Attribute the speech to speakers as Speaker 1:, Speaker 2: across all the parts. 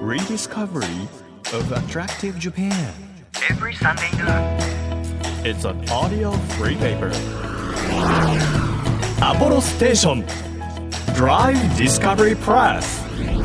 Speaker 1: rediscovery of attractive Japan.
Speaker 2: Every Sunday noon.
Speaker 1: It's an audio free paper. Apollo Station Drive Discovery Press。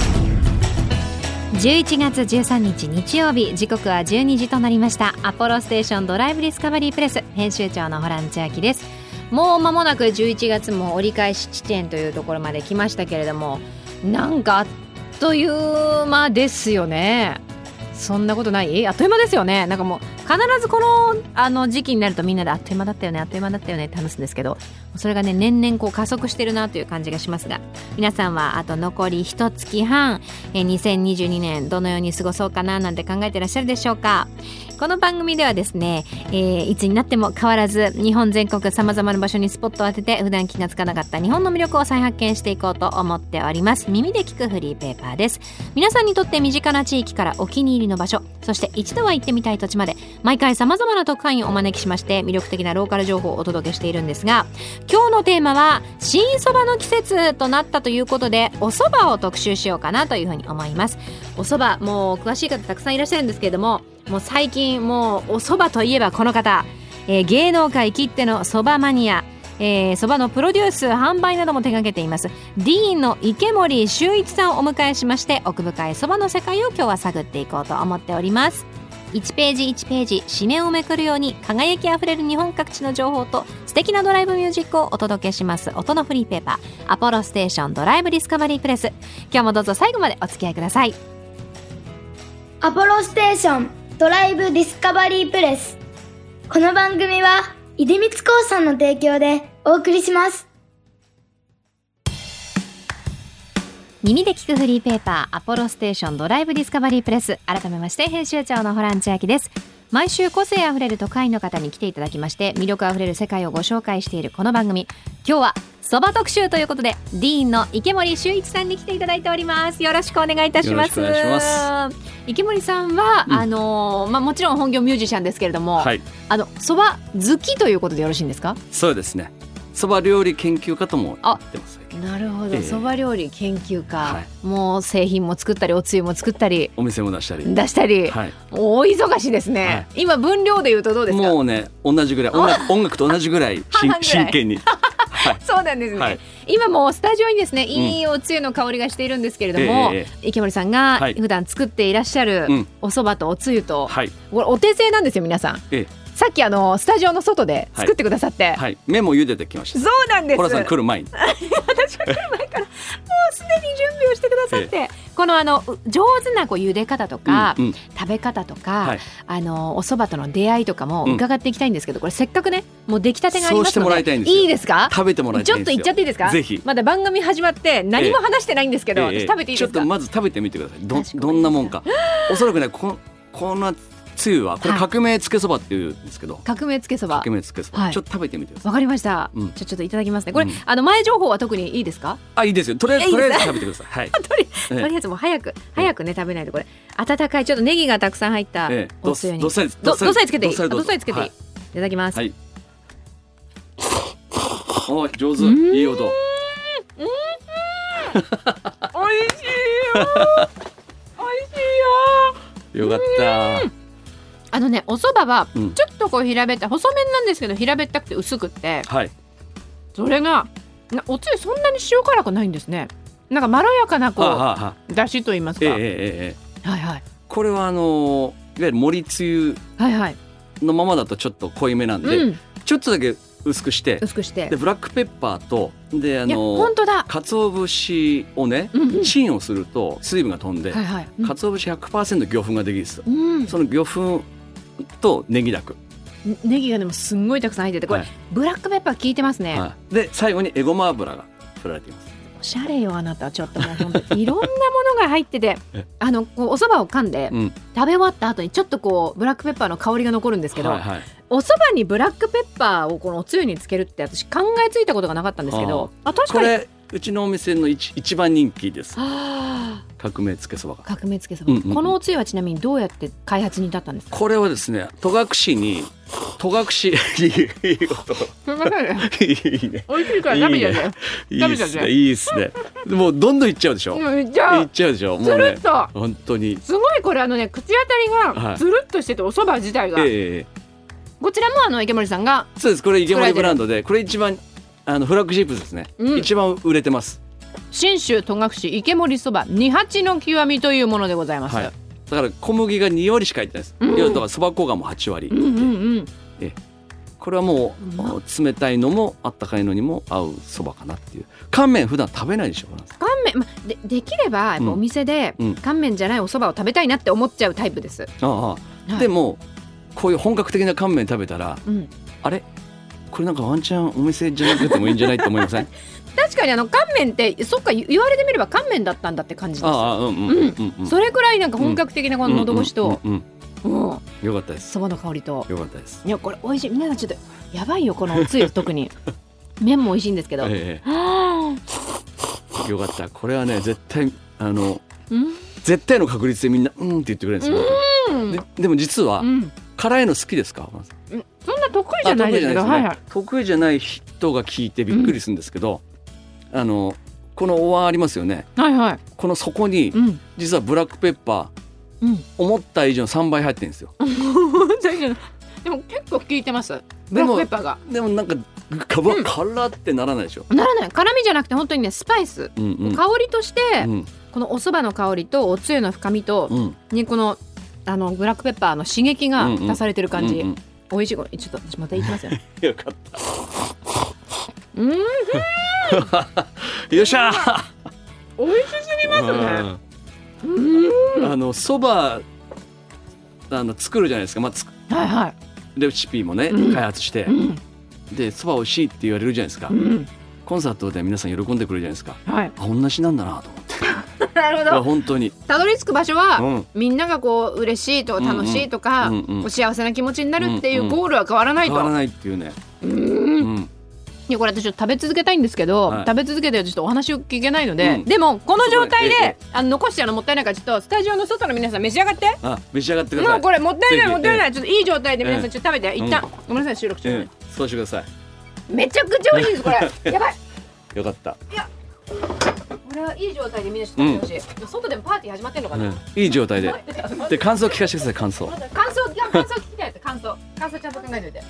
Speaker 3: 11月13日日曜日、時刻は12時となりました。アポロステーションドライブディスカバリープレス編集長のホラン千秋です。もう間もなく11月も折り返し地点というところまで来ましたけれども、なんかあっという間ですよね。そんなことない？あっという間ですよね。なんかもう必ずこの時期になるとみんなであっという間だったよね、あっという間だったよねって話すんですけど、それがね年々こう加速してるなという感じがしますが、皆さんはあと残り1月半、2022年どのように過ごそうかななんて考えてらっしゃるでしょうか。この番組ではですね、いつになっても変わらず日本全国さまざまな場所にスポットを当てて普段気がつかなかった日本の魅力を再発見していこうと思っております。耳で聞くフリーペーパーです。皆さんにとって身近な地域からお気に入りの場所、そして一度は行ってみたい土地まで毎回さまざまな特派員をお招きしまして魅力的なローカル情報をお届けしているんですが、今日のテーマは新そばの季節となったということで、お蕎麦を特集しようかなというふうに思います。お蕎麦、もう詳しい方たくさんいらっしゃるんですけれども、もう最近もうお蕎麦といえばこの方、芸能界きっての蕎麦マニア、蕎麦のプロデュース販売なども手掛けていますディーンの池森修一さんをお迎えしまして、奥深い蕎麦の世界を今日は探っていこうと思っております。1ページ1ページ紙面をめくるように輝きあふれる日本各地の情報と素敵なドライブミュージックをお届けします音のフリーペーパー、アポロステーションドライブディスカバリープレス。今日もどうぞ最後までお付き合いください。
Speaker 4: アポロステーションドライブディスカバリープレス。この番組は出光興産の提供でお送りします。
Speaker 3: 耳で聞くフリーペーパー、アポロステーションドライブディスカバリープレス。改めまして編集長のホラン千秋です。毎週個性あふれる都会の方に来ていただきまして、魅力あふれる世界をご紹介しているこの番組、今日はそば特集ということでディーンの池森修一さんに来ていただいております。よろしくお願いいたします。
Speaker 5: よろしくお願いします。
Speaker 3: 池森さんは、もちろん本業ミュージシャンですけれども、
Speaker 5: はい、
Speaker 3: そば好きということでよろしいんですか？
Speaker 5: そうですね。そば料理研究家とも言ってます。
Speaker 3: なるほど、そば料理研究家、はい、もう製品も作ったりおつゆも作ったり
Speaker 5: お店も出したり、
Speaker 3: はい、大忙しですね、はい、今分量でいうとどうですか？
Speaker 5: もうね、同じぐらい音楽と同じぐらい真剣にはい、
Speaker 3: そうなんですね、はい、今もうスタジオにですね、いいおつゆの香りがしているんですけれども、池森さんが普段作っていらっしゃるお蕎麦とおつゆと、これお手製なんですよ皆さん、さっきスタジオの外で作ってくださって、
Speaker 5: 麺も茹でてきました。
Speaker 3: そうなんです。
Speaker 5: ホラさん来る前に
Speaker 3: 私が来る前からもうすでに準備をしてくださって、この上手な茹で方とか、食べ方とか、お蕎麦との出会いとかも伺っていきたいんですけど、これせっかくねもう出来たてがありますので、
Speaker 5: そうしてもらいたいんですよ。
Speaker 3: いいですか？
Speaker 5: 食べてもらいたいんですよ。
Speaker 3: ちょっと言っちゃっていいですか？
Speaker 5: ぜひ。
Speaker 3: まだ番組始まって何も話してないんですけど、私食べていいですか？
Speaker 5: ちょっとまず食べてみてください。どんなもんか。おそらくね、このつゆはこれ革命つけそばっていうんですけど、
Speaker 3: 革命つけそば、
Speaker 5: ちょっと食べてみてください。
Speaker 3: わかりました、じゃあちょっといただきますね。これ、前情報は特にいいですか？
Speaker 5: いいですよ。とりあえず食べてください。はい、とり
Speaker 3: あえずもう早くね食べないと。これ温かいちょっとネギがたくさん入ったおつゆにどっさりつけていい？どっさりつけていい？いただきます。はい、
Speaker 5: おー、上手、いい音。
Speaker 3: おいしいよおいしいよ。
Speaker 5: よかった。
Speaker 3: お蕎麦はちょっとこう平べった細麺なんですけど、平べったくて薄くって、それがおつゆそんなに塩辛くないんですね。なんかまろやかなだしと言いますか、
Speaker 5: これはいわゆる盛りつゆのままだとちょっと濃いめなんで、ちょっとだけ薄くしてでブラックペッパーとで
Speaker 3: 本当だ、
Speaker 5: 鰹節をね、チンをすると水分が飛んで、鰹節 100% 魚粉ができるんですよ、その魚粉とネギだく、
Speaker 3: ネギがでもすんごいたくさん入ってて、これ、ブラックペッパー効いてますね、
Speaker 5: で最後にエゴマ油が振られています。
Speaker 3: おしゃれよあなた。ちょっともう本当にいろんなものが入っててこうお蕎麦を噛んで、食べ終わった後にちょっとこうブラックペッパーの香りが残るんですけど、お蕎麦にブラックペッパーをこのおつゆにつけるって私考えついたことがなかったんですけど、確かに
Speaker 5: うちのお店の一番人気です。革命つけそばが。
Speaker 3: 革命つけそば、このおつゆはちなみにどうやって開発に至ったんですか？
Speaker 5: これはですね、戸隠いい音いいね、
Speaker 3: 美味しいから食べちゃうよ。
Speaker 5: いいですね、いいですね。もうどんどんいっちゃうでしょ。いっちゃうでしょ。もうね、本当に
Speaker 3: すごい。これ口当たりがつるっとしてて、お蕎麦自体が、こちらも池森さんが。
Speaker 5: そうです。これ池森ブランドで、これ一番フラッグシップですね、一番売れてます。
Speaker 3: 信州戸隠池森そば二八の極みというものでございます、だ
Speaker 5: から小麦が2割しか入ってないです。だからそば粉がもう8割、これはもう冷たいのもあったかいのにも合うそばかなっていう。乾麺普段食べないでしょ。
Speaker 3: 乾麺、できればやっぱお店で乾麺じゃないおそばを食べたいなって思っちゃうタイプです。
Speaker 5: でもこういう本格的な乾麺食べたら、あれこれなんかワンチャンお店じゃなくてもいいんじゃないって思いません？
Speaker 3: 確かに乾麺ってそっか、言われてみれば乾麺だったんだって感じです。それくらいなんか本格的なこの喉越しと、
Speaker 5: よかったです。
Speaker 3: そばの香りと。
Speaker 5: よかったです。
Speaker 3: いやこれ美味しい。皆さんちょっとやばいよこのおつゆ特に麺も美味しいんですけど、よ
Speaker 5: かった。これはね絶対絶対の確率でみんなって言ってくれるんですよ。でも実は辛いの好きですか？
Speaker 3: そんな得意じゃないですけど、
Speaker 5: 得意じゃない人が聞いてびっくりするんですけど、このお椀ありますよね。この底に実はブラックペッパー、思った以上の3倍入ってるんですよ。
Speaker 3: でも結構効いてます、ブラックペッパーが。
Speaker 5: でもなんか辛ってならないでしょ。
Speaker 3: ならない。辛みじゃなくて本当にね、スパイス、香りとして、このお蕎麦の香りとおつゆの深みと、にこのブラックペッパーの刺激が足されてる感じ、美味しい。これちょっと私またいきますよ。
Speaker 5: よかった。よっしゃー。
Speaker 3: 美味しすぎますね。
Speaker 5: そば作るじゃないですか。レシピもね開発して、でそば美味しいって言われるじゃないですか。コンサートで皆さん喜んでくれるじゃないですか。同じなんだなと思って。
Speaker 3: なるほど。
Speaker 5: 本当に
Speaker 3: たどり着く場所は、みんながこう嬉しいとか楽しいとか、幸せな気持ちになるっていうゴールは変わらないと。
Speaker 5: 変わらないっていうね。
Speaker 3: いやこれ私ちょっと食べ続けたいんですけど、食べ続けてるとちょっとお話を聞けないので、でもこの状態で残しちゃうのもったいないから、ちょっとスタジオの外の皆さん召し上がって。
Speaker 5: 召し上がってください。
Speaker 3: もうこれもったいないもったいない。ちょっといい状態で皆さんちょっと食べて、一旦ごめんなさい、収録中。
Speaker 5: そうしてください。
Speaker 3: めちゃくちゃ美味しいですこれ。やばい。
Speaker 5: よかった。
Speaker 3: いやこれはいい状態でみんな食べてほしい。外でもパーティー始まってんのかな。
Speaker 5: いい状態で。で感想聞かせてください。感想聞
Speaker 3: きたいです。感想ちゃんと考えといて。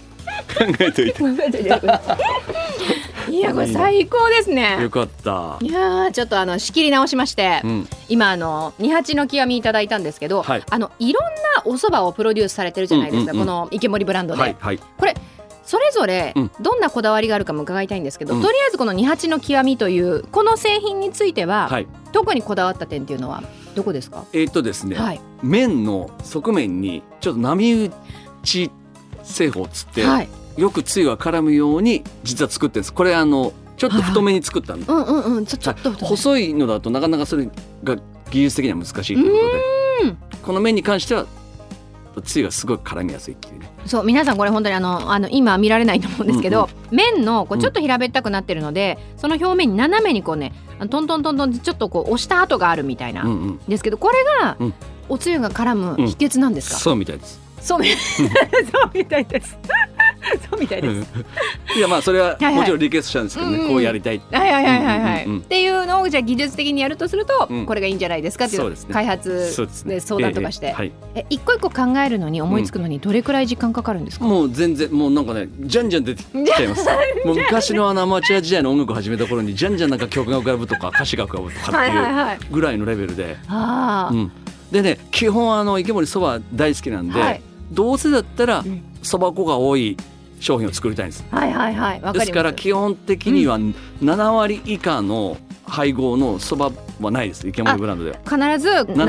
Speaker 3: いやこれ最高ですね。
Speaker 5: よかった。
Speaker 3: いやちょっと仕切り直しまして、今二八の極みいただいたんですけど、いろんなお蕎麦をプロデュースされてるじゃないですか、この池森ブランドで。これそれぞれどんなこだわりがあるかも伺いたいんですけど、とりあえずこの二八の極みというこの製品については、特にこだわった点っていうのはどこですか？
Speaker 5: ですね、麺の側面にちょっと波打ち製法つって、よくつゆが絡むように実は作ってるんです。これちょっと太めに作ったんで、細いのだとなかなかそれが技術的には難しいということで、この麺に関してはつゆがすごい絡みやすいっていうね。
Speaker 3: そう皆さんこれ本当に今見られないと思うんですけど、麺のこうちょっと平べったくなってるので、その表面に斜めにこうねトントントントンちょっとこう押した跡があるみたいな、ですけどこれがおつゆが絡む秘訣なんですか？
Speaker 5: そうみたいです。
Speaker 3: そうみたいです。そうみたいです。
Speaker 5: いやまあそれはもちろんリクエストしたんですけどね、こうやりたい
Speaker 3: っていうのをじゃあ技術的にやるとすると、これがいいんじゃないですかっていう開発で相談とかして、一個一個考えるのに思いつくのにどれくらい時間かかるんですか？
Speaker 5: もう全然もうなんかねじゃんじゃん出てきちゃいます。もう昔のアマチュア時代の音楽を始めた頃にじゃんじゃんなんか曲が浮かぶとか歌詞が浮かぶとかっていうぐらいのレベルで、でね基本池森そば大好きなんで、どうせだったらそば粉が多い商品を作りたいんです。ですから基本的には7割以下の配合のそばはないです。池森ブランドでは必
Speaker 3: ず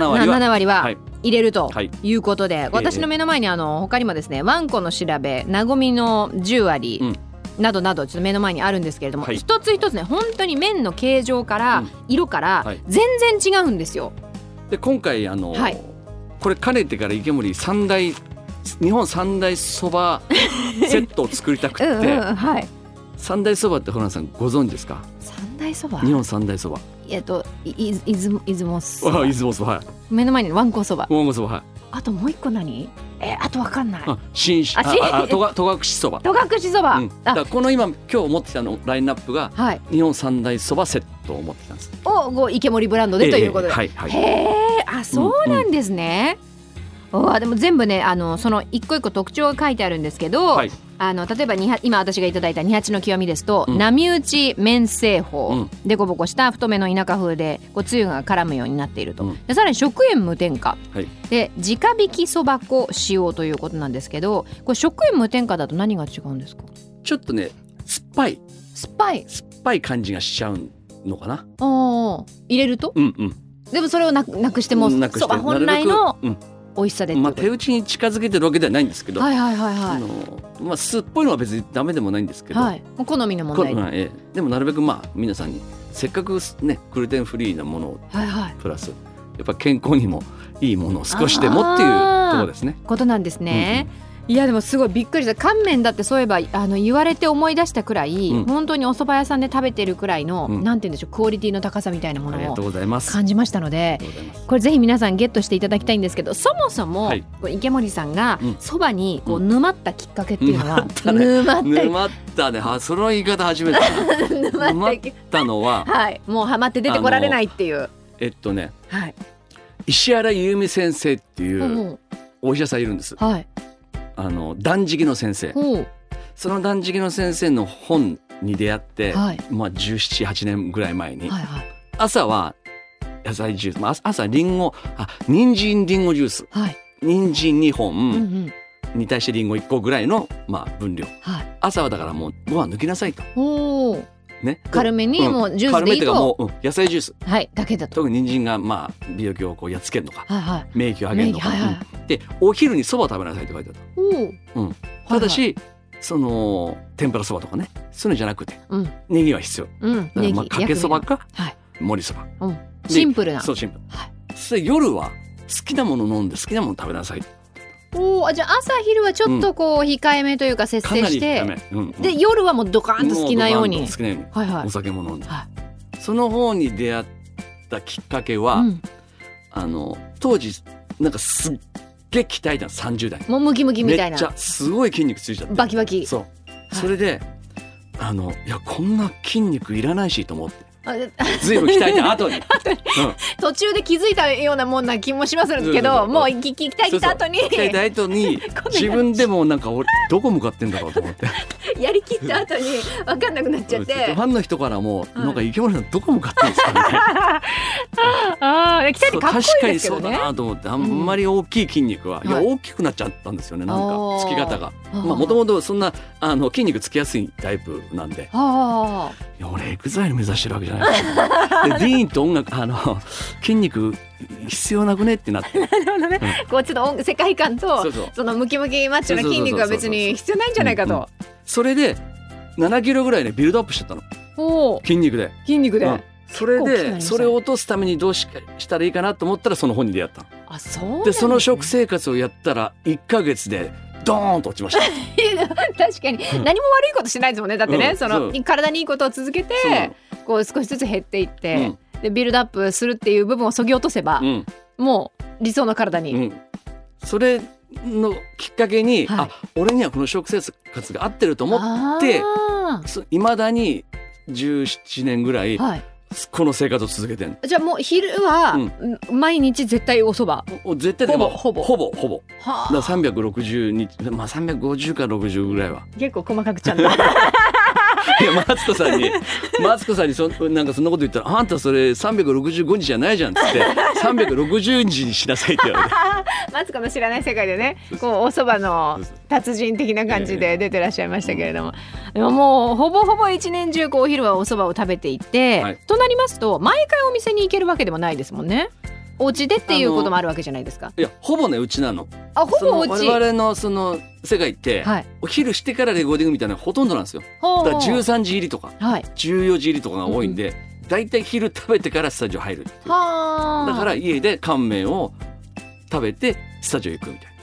Speaker 3: 7割は入れるということで、私の目の前に他にもですね、わんこの調べ、なごみの10割、などなどちょっと目の前にあるんですけれども、一つ一つね本当に麺の形状から色から全然違うんですよ。
Speaker 5: で今回これかねてから池森日本三大そばセットを作りたくって三大そばってホランさんご存知ですか？
Speaker 3: 三大そば、
Speaker 5: 日本三大そば、
Speaker 3: 出雲そば、
Speaker 5: 出雲そば、はい、
Speaker 3: 目の前にわんこそば、
Speaker 5: わんこそば、はい、
Speaker 3: あともう一個何？あとわかんない。
Speaker 5: 新戸隠そば、
Speaker 3: 戸隠そば、
Speaker 5: だからこの今日持ってきたのラインナップが、はい、日本三大そばセットを持ってきたんです。
Speaker 3: 池森ブランドでということで、
Speaker 5: はいはい、
Speaker 3: へー、そうなんですね。でも全部ねその一個一個特徴が書いてあるんですけど、はい、例えば今私がいただいた二八の極みですと、波打ち麺製法、でこぼこした太めの田舎風でつゆが絡むようになっていると、でさらに食塩無添加、はい、で直引きそば粉使用ということなんですけど、これ食塩無添加だと何が違うんですか？
Speaker 5: ちょっとね酸っぱい感じがしちゃうのかな。
Speaker 3: 入れると、でもそれをなくしてもそば本来の美味しさで、
Speaker 5: 手打ちに近づけてるわけではないんですけど、酢っぽいのは別にダメでもないんですけど、も
Speaker 3: う好みの問題、
Speaker 5: でもなるべく皆さんにせっかくねグルテンフリーなものをプラス、やっぱ健康にもいいものを少しでもっていうところですね。
Speaker 3: ことなんですね。いやでもすごいびっくりした。乾麺だってそういえば言われて思い出したくらい、本当にお蕎麦屋さんで食べてるくらいの、なんて言うんでしょう、クオリティの高さみたいなものを感じましたので、これぜひ皆さんゲットしていただきたいんですけど、そもそも、池森さんが蕎麦に沼ったきっかけっていうのは、
Speaker 5: 沼ったね、その言い方初めて沼ったのは、
Speaker 3: もうハマって出てこられないっていう、
Speaker 5: 石原裕美先生っていうお医者さんいるんです。断食の先生、その断食の先生の本に出会って、17、8年ぐらい前に、朝は野菜ジュース、朝リンゴ人参リンゴジュース、人参2本に対してリンゴ1個ぐらいの分量、朝はだからもうご飯抜きなさいと、
Speaker 3: 軽めにもうジュースでいいと、
Speaker 5: 軽めっていうかもう野菜ジュース、
Speaker 3: だけだと、
Speaker 5: 特に人参が美容をやっつけるのか、免疫を上げるのか、でお昼にそばを食べなさいって書いてあった。ただしその天ぷらそばとかね、そういうのじゃなくて、ネギは必要、だからかけそばか盛りそば、
Speaker 3: シンプルな。
Speaker 5: そうシンプル、そして夜は好きなもの飲んで好きなもの食べなさい。
Speaker 3: じゃあ朝昼はちょっと控えめというか節制して、で夜はもうドカンと好きなように
Speaker 5: お酒も飲んで、その方に出会ったきっかけは、当時なんかすっげえ鍛えたの、30代
Speaker 3: もうムキムキみたいな、
Speaker 5: めっちゃすごい筋肉ついちゃって、
Speaker 3: バキバキ、
Speaker 5: それでいやこんな筋肉いらないしと思って、ずいぶん鍛えた後に
Speaker 3: 途中で気づいたようなもんな気もしますけど、もう鍛えた後に
Speaker 5: 自分でもなんか俺どこ向かってんだろうと思って
Speaker 3: やりきった後に分かんなくなっちゃって、
Speaker 5: ファンの人からもなんか池森さんどこ向かってんですかみたい
Speaker 3: な鍛えてかっこいいですけどね。
Speaker 5: 確かにそうだなと思って、あんまり大きい筋肉は、いや大きくなっちゃったんですよね、なんかつき方が。もともとそんな筋肉つきやすいタイプなんで、いや俺エグザイル目指してるわけじゃないでディーンと音楽筋肉必要なくねってなって、なるほどね、
Speaker 3: こうちょっと世界観とそのムキムキマッチョな筋肉は別に必要ないんじゃないかと、
Speaker 5: それで7キロぐらいねビルドアップしちゃったの、筋肉で、それでそれを落とすためにどうしたらいいかなと思ったらその本に出会ったの。
Speaker 3: そう
Speaker 5: でその食生活をやったら1ヶ月でドーンと落ちました
Speaker 3: 確かに、何も悪いことしないですもんね、だってね、その体にいいことを続けてこう少しずつ減っていって、でビルドアップするっていう部分をそぎ落とせば、もう理想の体に、
Speaker 5: それのきっかけに、俺にはこの食生活が合ってると思っていまだに17年ぐらい、この生活を続けてん。
Speaker 3: じゃあもう昼は毎日絶対お蕎麦、
Speaker 5: 絶対ほぼだから360日、350から60ぐらいは
Speaker 3: 結構細かくちゃんと
Speaker 5: いやマツコさんになんかそんなこと言ったら、あんたそれ365日じゃないじゃんっつって360日にしなさいって言われて
Speaker 3: マツコの知らない世界でね、こうお蕎麦の達人的な感じで出てらっしゃいましたけれども、でももうほぼほぼ一年中お昼はお蕎麦を食べていて、となりますと毎回お店に行けるわけでもないですもんね。お家でっていうこともあるわけじゃないですか。
Speaker 5: いやほぼねうちなの。
Speaker 3: ほぼお家。
Speaker 5: 我々のその世界って、お昼してからレコーディングみたいなのがほとんどなんですよ。だから13時入りとか、14時入りとかが多いんで、だいたい昼食べてからスタジオ入るっていう。だから家で乾麺を食べてスタジオ行くみたいな。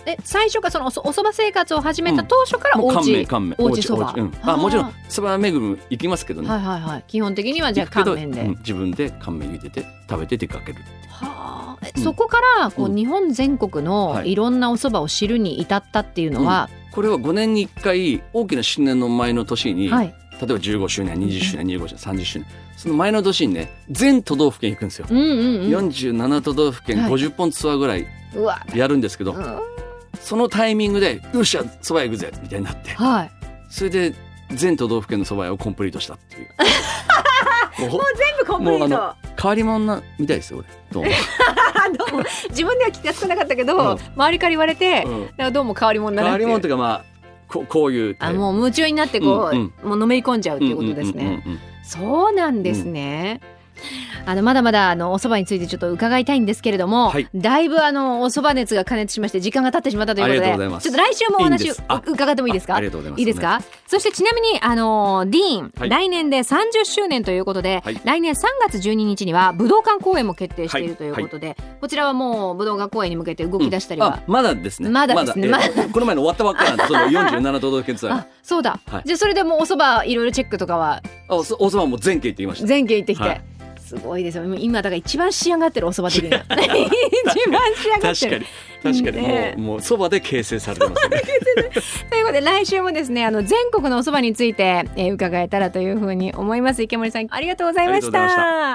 Speaker 3: 最初からそのお蕎麦生活を始めた当初からおうちそば、
Speaker 5: もちろんそば巡りも行きますけどね、
Speaker 3: 基本的にはじゃあ乾麺で、
Speaker 5: 自分で乾麺茹でて食べて出かける。
Speaker 3: そこからこう日本全国のいろんなお蕎麦を知るに至ったっていうのは、
Speaker 5: これは5年に1回大きな新年の前の年に、例えば15周年20周年25周年30周年、その前の年にね全都道府県行くんですよ、47都道府県50本ツアーぐらいやるんですけど、そのタイミングでよっしゃ蕎麦行くぜみたいになって、それで全都道府県の蕎麦屋をコンプリートしたっていう
Speaker 3: もう全部コンプリート。
Speaker 5: 変わり者みたいですよ俺。どうも
Speaker 3: どうも自分では気がつかなかったけど、周りから言われて、どうも変わり者だなって。
Speaker 5: 変わり者というかこういう
Speaker 3: もう夢中になってもうのめり込んじゃうっていうことですね。そうなんですね。まだまだお蕎麦についてちょっと伺いたいんですけれども、だいぶお蕎麦熱が加熱しまして時間が経ってしまったということで、ちょっと来週もお話を伺ってもいいですか？
Speaker 5: ありがとうございます。
Speaker 3: いいですか？そしてちなみにディーン、来年で30周年ということで、来年3月12日には武道館公演も決定しているということで、こちらはもう武道館公演に向けて動き出したりは、
Speaker 5: まだですね。
Speaker 3: まだですね。
Speaker 5: この前の終わったばっかりなんで、その47都道府県ツアー。
Speaker 3: そうだ。じゃあそれでもうお蕎麦いろいろチェックとかは？
Speaker 5: お蕎麦も全県行ってきました。
Speaker 3: 全県行ってきて。すごいですよ。今だから一番仕上がってるお蕎麦的な一番仕上がってる。
Speaker 5: 確かにもう蕎麦で形成されてますね
Speaker 3: ということで来週もですね全国のお蕎麦について、伺えたらというふうに思います。池森さんありがとうございました。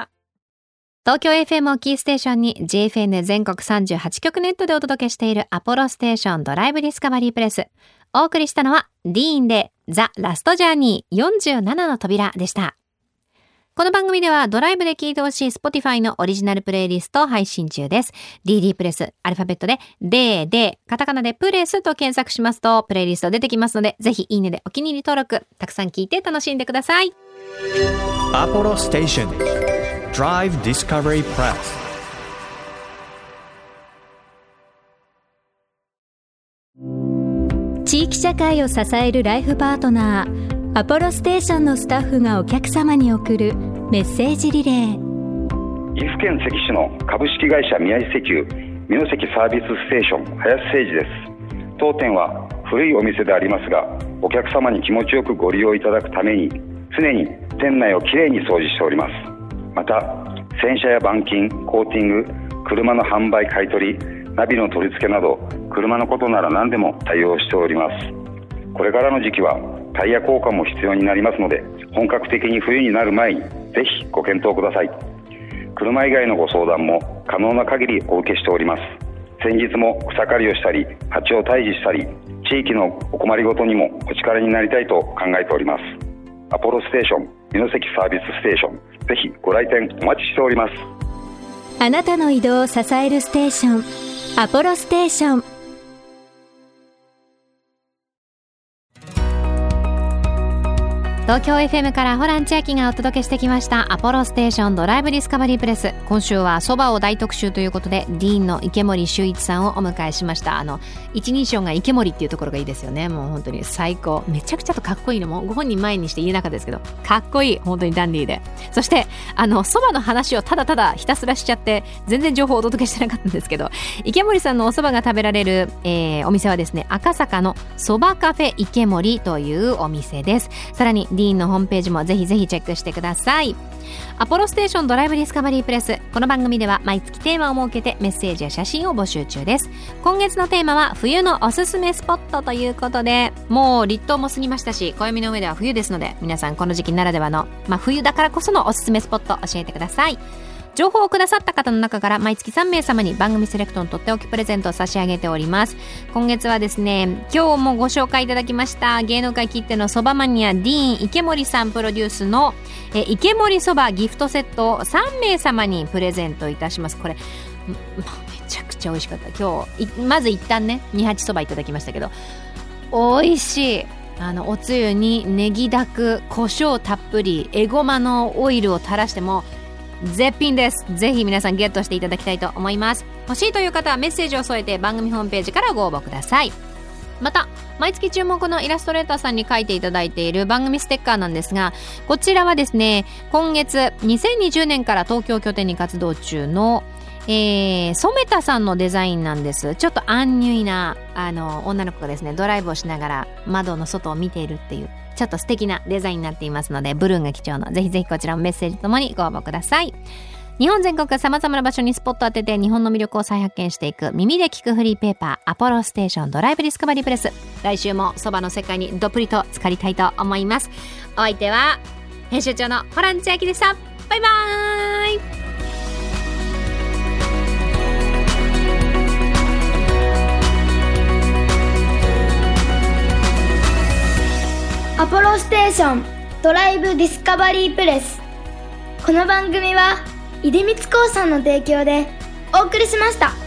Speaker 3: 東京 FM をキーステーションに JFN 全国38局ネットでお届けしているアポロステーションドライブディスカバリープレス。お送りしたのはディーンでザ・ラストジャーニー47の扉でした。この番組ではドライブで聴いてほしい Spotify のオリジナルプレイリストを配信中です。DD プレス、アルファベットで DD、カタカナでプレスと検索しますとプレイリスト出てきますので、ぜひいいねでお気に入り登録、たくさん聴いて楽しんでください。
Speaker 1: アポロステーション Drive Discovery Press。
Speaker 6: 地域社会を支えるライフパートナーアポロステーションのスタッフがお客様に送るメッセージリレー。
Speaker 7: 岐阜県関市の株式会社宮地石油美濃関サービスステーション林誠司です。当店は古いお店でありますが、お客様に気持ちよくご利用いただくために常に店内をきれいに掃除しております。また洗車や板金、コーティング、車の販売買取、ナビの取り付けなど車のことなら何でも対応しております。これからの時期はタイヤ交換も必要になりますので、本格的に冬になる前にぜひご検討ください。車以外のご相談も可能な限りお受けしております。先日も草刈りをしたり蜂を退治したり、地域のお困りごとにもお力になりたいと考えております。アポロステーション美濃関サービスステーション、ぜひご来店お待ちしております。
Speaker 6: あなたの移動を支えるステーション、アポロステーション。
Speaker 3: 東京 FM からホラン千秋がお届けしてきましたアポロステーションドライブディスカバリープレス。今週は蕎麦を大特集ということでディーンの池森修一さんをお迎えしました。一人称が池森っていうところがいいですよね。もう本当に最高、めちゃくちゃとかっこいいのもご本人前にして言えなかったですけど、かっこいい、本当にダンディーで。そして蕎麦の話をただただひたすらしちゃって全然情報をお届けしてなかったんですけど、池森さんのお蕎麦が食べられる、お店はですね、赤坂の蕎麦カフェ池森というお店です。さらにディーンのホームページもぜひぜひチェックしてください。アポロステーションドライブディスカバリープレス。この番組では毎月テーマを設けてメッセージや写真を募集中です。今月のテーマは冬のおすすめスポットということで、もう立冬も過ぎましたし暦の上では冬ですので、皆さんこの時期ならではの、冬だからこそのおすすめスポット教えてください。情報をくださった方の中から毎月3名様に番組セレクトのとっておきプレゼントを差し上げております。今月はですね、今日もご紹介いただきました芸能界きってのそばマニアディーン池森さんプロデュースの池森そばギフトセットを3名様にプレゼントいたします。これめちゃくちゃ美味しかった。今日まず一旦ね二八そばいただきましたけど、美味しい。おつゆにネギだく、胡椒たっぷり、エゴマのオイルを垂らしても絶品です。ぜひ皆さんゲットしていただきたいと思います。欲しいという方はメッセージを添えて番組ホームページからご応募ください。 また毎月注目のイラストレーターさんに書いていただいている番組ステッカーなんですが、こちらはですね、今月2020年から東京拠点に活動中の染田さんのデザインなんです。ちょっとアンニュイな女の子がですね、ドライブをしながら窓の外を見ているっていうちょっと素敵なデザインになっていますので、ブルーンが貴重のぜひぜひこちらもメッセージともにご応募ください。日本全国様々な場所にスポットを当てて日本の魅力を再発見していく耳で聞くフリーペーパー、アポロステーションドライブディスカバリープレス。来週もそばの世界にどっぷりと浸かりたいと思います。お相手は編集長のホラン千秋でした。バイバーイ。
Speaker 4: アポロステーションドライブディスカバリープレス。この番組は出光興産の提供でお送りしました。